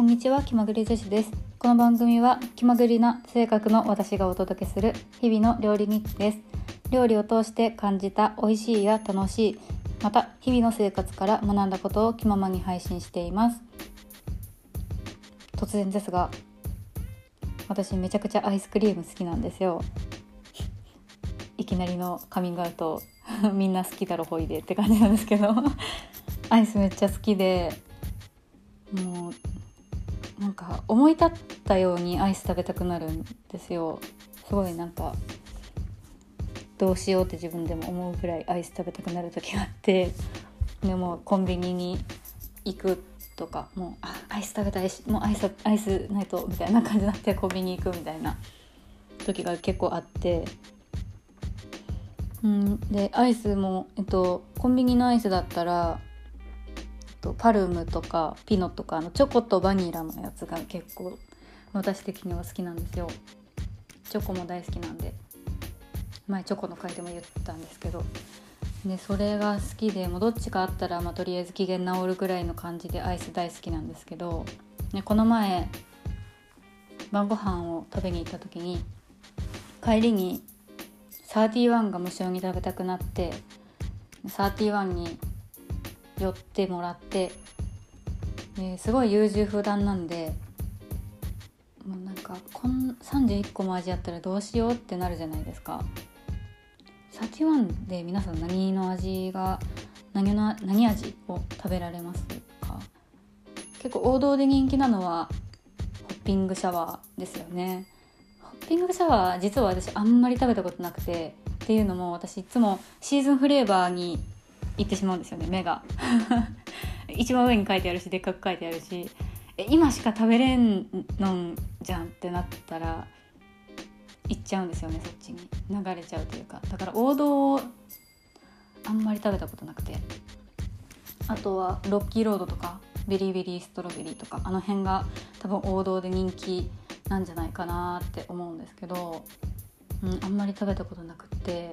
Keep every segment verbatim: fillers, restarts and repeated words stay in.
こんにちは、気まぐれ女子です。この番組は気まぐれな性格の私がお届けする日々の料理日記です。料理を通して感じた美味しいや楽しい、また日々の生活から学んだことを気ままに配信しています。突然ですが、私めちゃくちゃアイスクリーム好きなんですよ。いきなりのカミングアウトみんな好きだろほいでって感じなんですけどアイスめっちゃ好きで、もうなんか思い立ったようにアイス食べたくなるんですよ。すごいなんかどうしようって自分でも思うくらいアイス食べたくなる時があって、でもコンビニに行くとか、もうあアイス食べたいし、もうアイスアイスないとみたいな感じになってコンビニ行くみたいな時が結構あって、うん、でアイスも、えっと、コンビニのアイスだったらパルムとかピノとかのチョコとバニラのやつが結構私的には好きなんですよ。チョコも大好きなんで、前チョコの回でも言ったんですけど、でそれが好きで、もうどっちかあったら、まあ、とりあえず機嫌治るぐらいの感じでアイス大好きなんですけど、ね、この前晩ご飯を食べに行った時に帰りにサーティワンが無性に食べたくなって、サーティワンに寄ってもらって、ですごい優柔不断なんで、もうなんかこんさんじゅういっこも味あったらどうしようってなるじゃないですか。サーティワンで皆さん何の味が 何, の何味を食べられますか？結構王道で人気なのはホッピングシャワーですよね。ホッピングシャワー実は私あんまり食べたことなくて、っていうのも私いつもシーズンフレーバーに行ってしまうんですよね。目が一番上に書いてあるし、でっかく書いてあるし、え今しか食べれんのじゃんってなったら行っちゃうんですよね。そっちに流れちゃうというか、だから王道をあんまり食べたことなくて、あとはロッキーロードとかベリーベリーストロベリーとか、あの辺が多分王道で人気なんじゃないかなって思うんですけど、うん、あんまり食べたことなくって、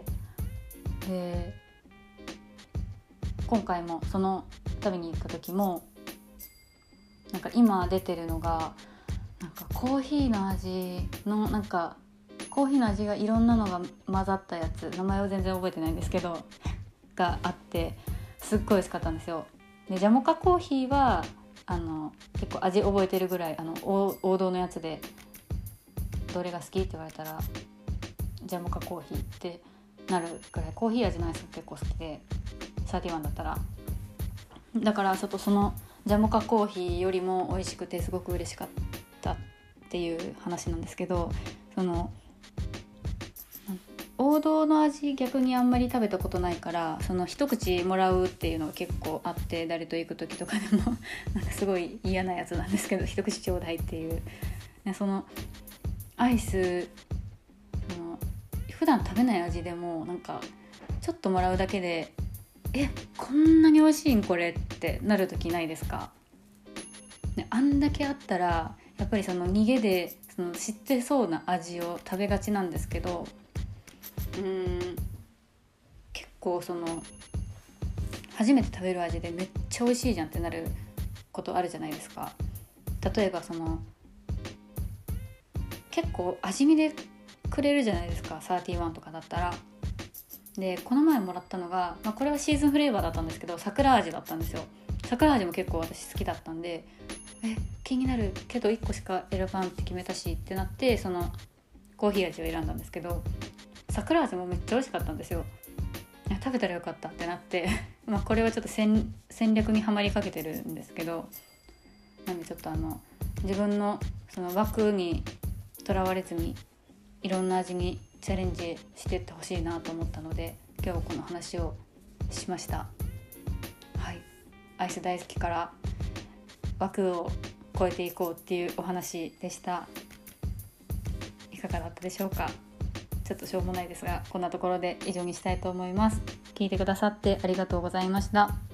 で今回もその食べに行った時もなんか今出てるのがなんかコーヒーの味のなんかコーヒーの味がいろんなのが混ざったやつ、名前を全然覚えてないんですけどがあって、すっごい美味しかったんですよ。でジャモカコーヒーはあの結構味覚えてるぐらい、あの王道のやつで、どれが好きって言われたらジャモカコーヒーってなるぐらいコーヒー味のアイスが結構好きで、サーティワンだったら、だからちょっとそのジャモカコーヒーよりも美味しくてすごく嬉しかったっていう話なんですけど、その王道の味逆にあんまり食べたことないから、その一口もらうっていうのが結構あって、誰と行く時とかでもなんかすごい嫌なやつなんですけど、一口ちょうだいっていう、そのアイス、その普段食べない味でもなんかちょっともらうだけで、えこんなに美味しいんこれってなる時ないですか？ね、あんだけあったらやっぱりその逃げでその知ってそうな味を食べがちなんですけど、うーん結構その初めて食べる味でめっちゃ美味しいじゃんってなることあるじゃないですか。例えばその結構味見でくれるじゃないですか、サーティワンとかだったら。でこの前もらったのが、まあ、これはシーズンフレーバーだったんですけど、桜味だったんですよ。桜味も結構私好きだったんで、え気になるけどいっこしか選ばんって決めたしってなって、そのコーヒー味を選んだんですけど、桜味もめっちゃ美味しかったんですよ。食べたらよかったってなってまあこれはちょっと 戦, 戦略にはまりかけてるんですけど、なんでちょっとあの自分のその枠にとらわれずにいろんな味にチャレンジしていってほしいなと思ったので、今日この話をしました。はい、アイス大好きから枠を超えていこうっていうお話でした。いかがだったでしょうか？ちょっとしょうもないですが、こんなところで以上にしたいと思います。聞いてくださってありがとうございました。